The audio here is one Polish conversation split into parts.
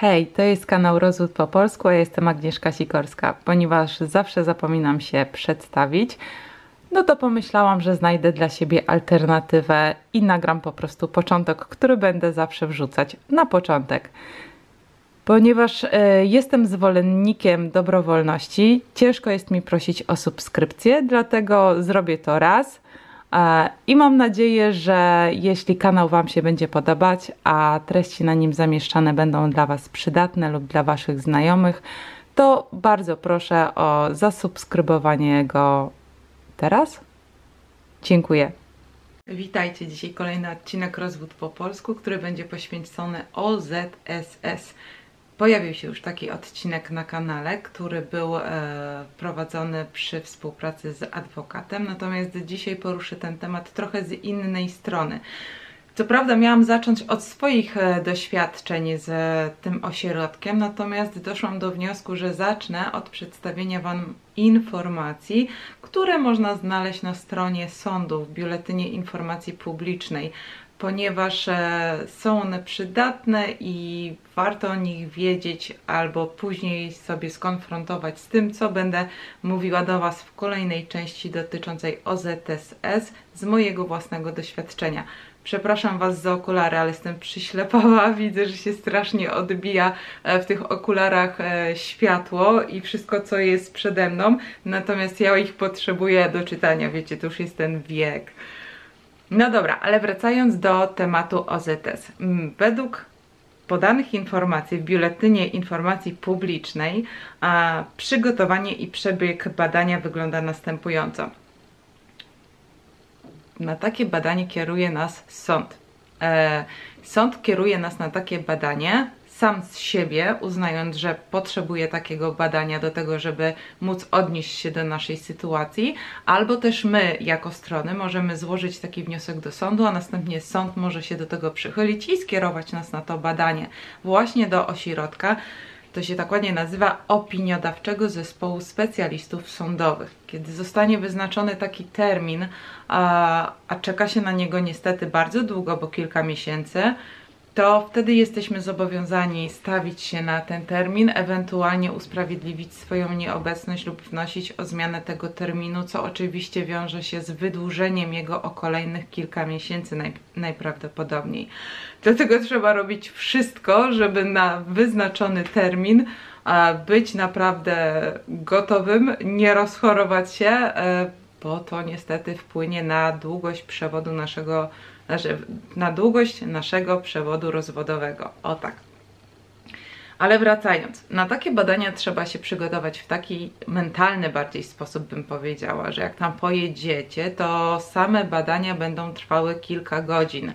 Hej, to jest kanał Rozwód po polsku, a ja jestem Agnieszka Sikorska. Ponieważ zawsze zapominam się przedstawić, no to pomyślałam, że znajdę dla siebie alternatywę i nagram po prostu początek, który będę zawsze wrzucać na początek. Ponieważ jestem zwolennikiem dobrowolności, ciężko jest mi prosić o subskrypcję, dlatego zrobię to raz. I mam nadzieję, że jeśli kanał Wam się będzie podobać, a treści na nim zamieszczane będą dla Was przydatne lub dla Waszych znajomych, to bardzo proszę o zasubskrybowanie go teraz. Dziękuję. Witajcie, dzisiaj kolejny odcinek Rozwód po polsku, który będzie poświęcony OZSS. Pojawił się już taki odcinek na kanale, który był prowadzony przy współpracy z adwokatem, natomiast dzisiaj poruszę ten temat trochę z innej strony. Co prawda miałam zacząć od swoich doświadczeń z tym ośrodkiem, natomiast doszłam do wniosku, że zacznę od przedstawienia Wam informacji, które można znaleźć na stronie sądu w Biuletynie Informacji Publicznej, ponieważ są one przydatne i warto o nich wiedzieć albo później sobie skonfrontować z tym, co będę mówiła do Was w kolejnej części dotyczącej OZSS z mojego własnego doświadczenia. Przepraszam Was za okulary, ale jestem przyślepała, widzę, że się strasznie odbija w tych okularach światło i wszystko, co jest przede mną, natomiast ja ich potrzebuję do czytania, wiecie, to już jest ten wiek. No dobra, ale wracając do tematu OZS. Według podanych informacji w Biuletynie Informacji Publicznej przygotowanie i przebieg badania wygląda następująco. Na takie badanie kieruje nas sąd. Sąd kieruje nas na takie badanie sam z siebie, uznając, że potrzebuje takiego badania do tego, żeby móc odnieść się do naszej sytuacji, albo też my jako strony możemy złożyć taki wniosek do sądu, a następnie sąd może się do tego przychylić i skierować nas na to badanie właśnie do ośrodka. To się tak ładnie nazywa opiniodawczego zespołu specjalistów sądowych. Kiedy zostanie wyznaczony taki termin, a czeka się na niego niestety bardzo długo, bo kilka miesięcy, to wtedy jesteśmy zobowiązani stawić się na ten termin, ewentualnie usprawiedliwić swoją nieobecność lub wnosić o zmianę tego terminu, co oczywiście wiąże się z wydłużeniem jego o kolejnych kilka miesięcy najprawdopodobniej. Dlatego trzeba robić wszystko, żeby na wyznaczony termin być naprawdę gotowym, nie rozchorować się, bo to niestety wpłynie na długość przewodu na długość naszego przewodu rozwodowego. O tak. Ale wracając, na takie badania trzeba się przygotować w taki mentalny bardziej sposób, bym powiedziała, że jak tam pojedziecie, to same badania będą trwały kilka godzin.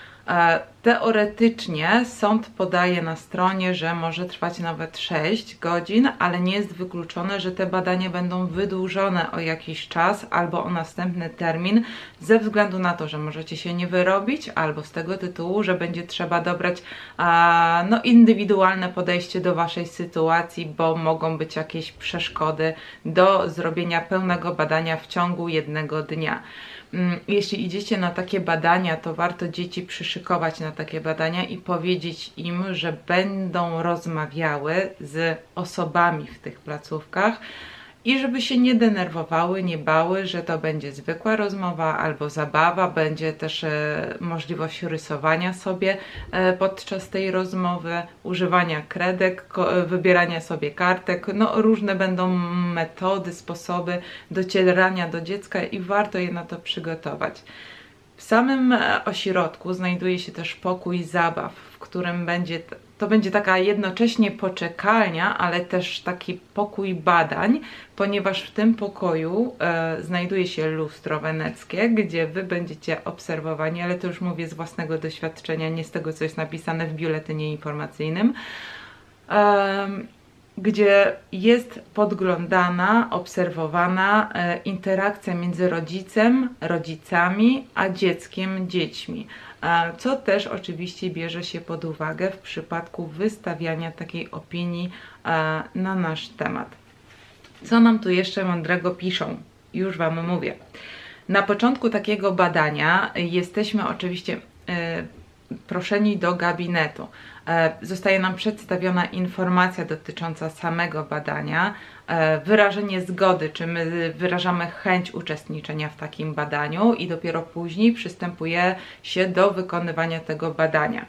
Teoretycznie sąd podaje na stronie, że może trwać nawet 6 godzin, ale nie jest wykluczone, że te badania będą wydłużone o jakiś czas albo o następny termin ze względu na to, że możecie się nie wyrobić albo z tego tytułu, że będzie trzeba dobrać no, indywidualne podejście do Waszej sytuacji, bo mogą być jakieś przeszkody do zrobienia pełnego badania w ciągu jednego dnia. Jeśli idziecie na takie badania, to warto dzieci przyszykować na takie badania i powiedzieć im, że będą rozmawiały z osobami w tych placówkach i żeby się nie denerwowały, nie bały, że to będzie zwykła rozmowa albo zabawa, będzie też możliwość rysowania sobie podczas tej rozmowy, używania kredek, wybierania sobie kartek, no różne będą metody, sposoby docierania do dziecka i warto je na to przygotować. W samym ośrodku znajduje się też pokój zabaw, w którym to będzie taka jednocześnie poczekalnia, ale też taki pokój badań, ponieważ w tym pokoju znajduje się lustro weneckie, gdzie Wy będziecie obserwowani, ale to już mówię z własnego doświadczenia, nie z tego, co jest napisane w biuletynie informacyjnym, gdzie jest podglądana, obserwowana interakcja między rodzicem, rodzicami, a dzieckiem, dziećmi. Co też oczywiście bierze się pod uwagę w przypadku wystawiania takiej opinii na nasz temat. Co nam tu jeszcze mądrego piszą? Już Wam mówię. Na początku takiego badania jesteśmy oczywiście zaproszeni do gabinetu. Zostaje nam przedstawiona informacja dotycząca samego badania, wyrażenie zgody, czy my wyrażamy chęć uczestniczenia w takim badaniu i dopiero później przystępuje się do wykonywania tego badania.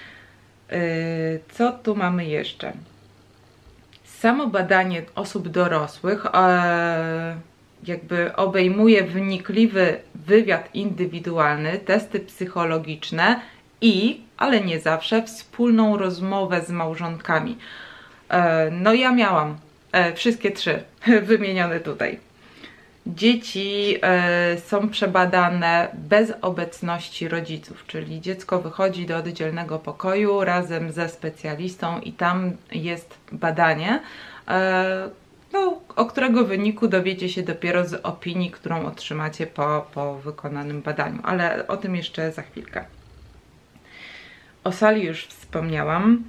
Co tu mamy jeszcze? Samo badanie osób dorosłych jakby obejmuje wnikliwy wywiad indywidualny, testy psychologiczne ale nie zawsze, wspólną rozmowę z małżonkami. No ja miałam wszystkie 3 wymienione tutaj. Dzieci są przebadane bez obecności rodziców, czyli dziecko wychodzi do oddzielnego pokoju razem ze specjalistą i tam jest badanie, no, o którego wyniku dowiecie się dopiero z opinii, którą otrzymacie po wykonanym badaniu, ale o tym jeszcze za chwilkę. O sali już wspomniałam.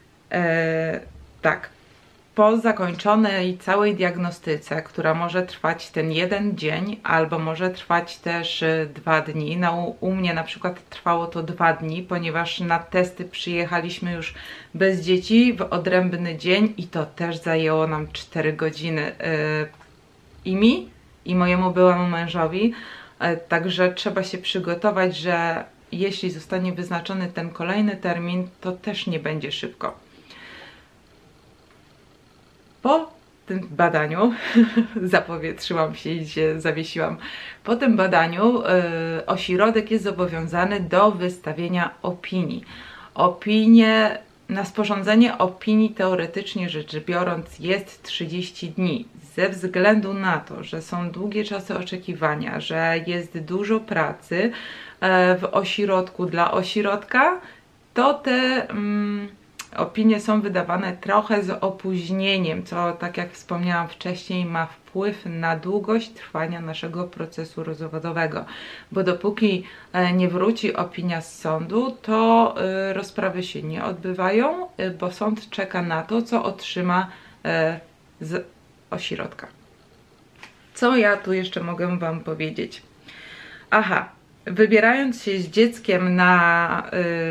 Tak, po zakończonej całej diagnostyce, która może trwać ten 1 dzień, albo może trwać też 2 dni. No, u mnie na przykład trwało to 2 dni, ponieważ na testy przyjechaliśmy już bez dzieci w odrębny dzień i to też zajęło nam 4 godziny. I mi, i mojemu byłemu mężowi. Także trzeba się przygotować, że jeśli zostanie wyznaczony ten kolejny termin, to też nie będzie szybko. Po tym badaniu, zapowietrzyłam się i się zawiesiłam, po tym badaniu ośrodek jest zobowiązany do wystawienia opinii. Na sporządzenie opinii teoretycznie rzecz biorąc jest 30 dni. Ze względu na to, że są długie czasy oczekiwania, że jest dużo pracy w ośrodku dla ośrodka, to te opinie są wydawane trochę z opóźnieniem, co, tak jak wspomniałam wcześniej, ma wpływ na długość trwania naszego procesu rozwodowego, bo dopóki nie wróci opinia z sądu, to rozprawy się nie odbywają, bo sąd czeka na to, co otrzyma z ośrodka. Co ja tu jeszcze mogę Wam powiedzieć? Aha, wybierając się z dzieckiem na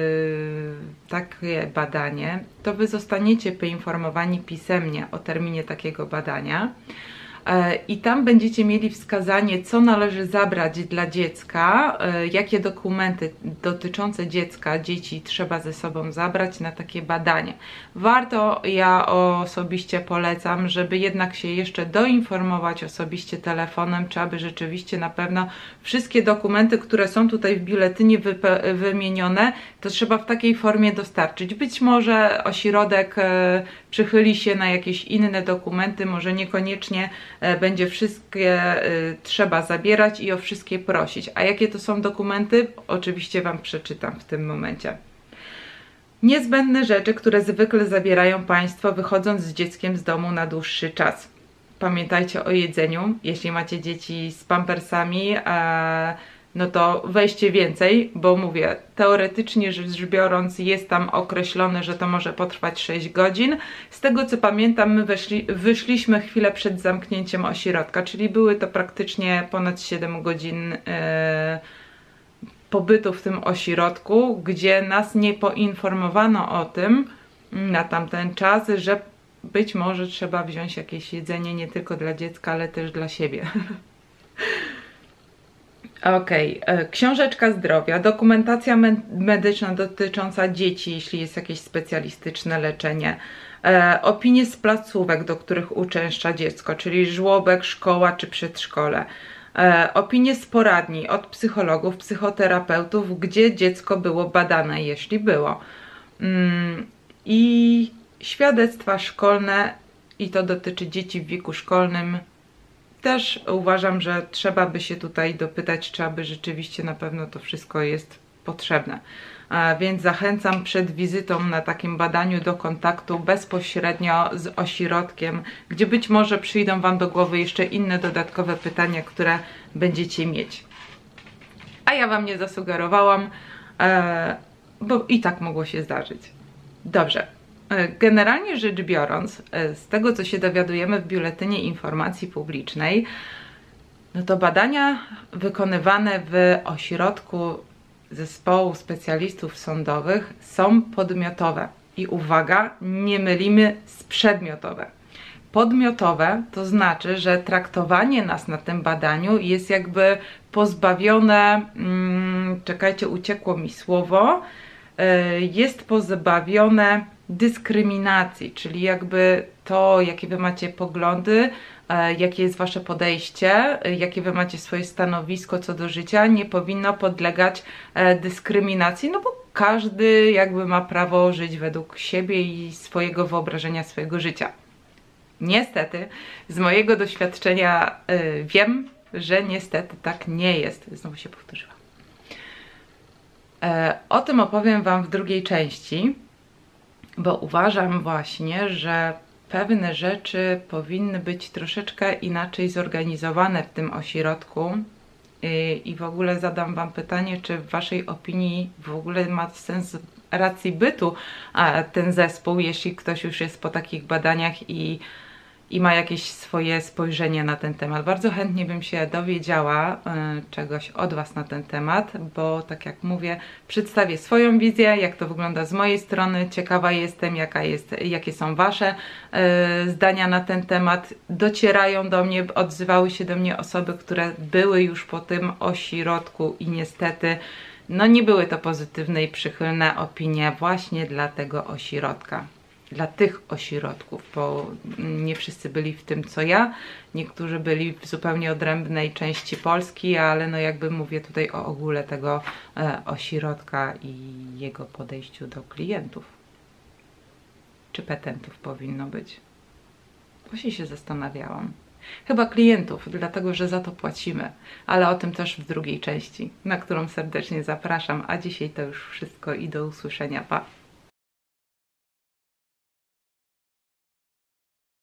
takie badanie, to Wy zostaniecie poinformowani pisemnie o terminie takiego badania i tam będziecie mieli wskazanie, co należy zabrać dla dziecka, jakie dokumenty dotyczące dzieci trzeba ze sobą zabrać na takie badanie. Warto, ja osobiście polecam, żeby jednak się jeszcze doinformować osobiście telefonem, czy aby rzeczywiście na pewno wszystkie dokumenty, które są tutaj w biuletynie wymienione, to trzeba w takiej formie dostarczyć. Być może ośrodek przychyli się na jakieś inne dokumenty, może niekoniecznie będzie wszystkie trzeba zabierać i o wszystkie prosić. A jakie to są dokumenty? Oczywiście Wam przeczytam w tym momencie. Niezbędne rzeczy, które zwykle zabierają Państwo wychodząc z dzieckiem z domu na dłuższy czas. Pamiętajcie o jedzeniu. Jeśli macie dzieci z pampersami, no to weźcie więcej, bo mówię, teoretycznie rzecz biorąc jest tam określone, że to może potrwać 6 godzin. Z tego co pamiętam, my wyszliśmy chwilę przed zamknięciem ośrodka, czyli były to praktycznie ponad 7 godzin pobytu w tym ośrodku, gdzie nas nie poinformowano o tym na tamten czas, że być może trzeba wziąć jakieś jedzenie nie tylko dla dziecka, ale też dla siebie. Okej, książeczka zdrowia, dokumentacja medyczna dotycząca dzieci, jeśli jest jakieś specjalistyczne leczenie, opinie z placówek, do których uczęszcza dziecko, czyli żłobek, szkoła czy przedszkole, opinie z poradni od psychologów, psychoterapeutów, gdzie dziecko było badane, jeśli było, i świadectwa szkolne, i to dotyczy dzieci w wieku szkolnym. Też uważam, że trzeba by się tutaj dopytać, czy aby rzeczywiście na pewno to wszystko jest potrzebne. Więc zachęcam przed wizytą na takim badaniu do kontaktu bezpośrednio z ośrodkiem, gdzie być może przyjdą Wam do głowy jeszcze inne dodatkowe pytania, które będziecie mieć. A ja Wam nie zasugerowałam, bo i tak mogło się zdarzyć. Dobrze. Generalnie rzecz biorąc, z tego co się dowiadujemy w Biuletynie Informacji Publicznej, no to badania wykonywane w ośrodku zespołu specjalistów sądowych są podmiotowe. I uwaga, nie mylimy z przedmiotowe. Podmiotowe to znaczy, że traktowanie nas na tym badaniu jest jakby pozbawione, czekajcie, uciekło mi słowo, jest pozbawione dyskryminacji, czyli jakby to, jakie wy macie poglądy, jakie jest wasze podejście, jakie wy macie swoje stanowisko co do życia, nie powinno podlegać dyskryminacji, no bo każdy jakby ma prawo żyć według siebie i swojego wyobrażenia swojego życia. Niestety, z mojego doświadczenia wiem, że niestety tak nie jest. Znowu się powtórzyłam. O tym opowiem wam w drugiej części, bo uważam właśnie, że pewne rzeczy powinny być troszeczkę inaczej zorganizowane w tym ośrodku i w ogóle zadam wam pytanie, czy w waszej opinii w ogóle ma sens racji bytu ten zespół, jeśli ktoś już jest po takich badaniach i ma jakieś swoje spojrzenie na ten temat. Bardzo chętnie bym się dowiedziała czegoś od was na ten temat, bo tak jak mówię, przedstawię swoją wizję, jak to wygląda z mojej strony. Ciekawa jestem, jakie są wasze zdania na ten temat. Docierają do mnie, odzywały się do mnie osoby, które były już po tym ośrodku i niestety no nie były to pozytywne i przychylne opinie właśnie dla tego ośrodka. Dla tych ośrodków, bo nie wszyscy byli w tym co ja, niektórzy byli w zupełnie odrębnej części Polski, ale no jakby mówię tutaj o ogóle tego ośrodka i jego podejściu do klientów. Czy petentów powinno być? Właśnie się zastanawiałam. Chyba klientów, dlatego że za to płacimy, ale o tym też w drugiej części, na którą serdecznie zapraszam, a dzisiaj to już wszystko i do usłyszenia, pa!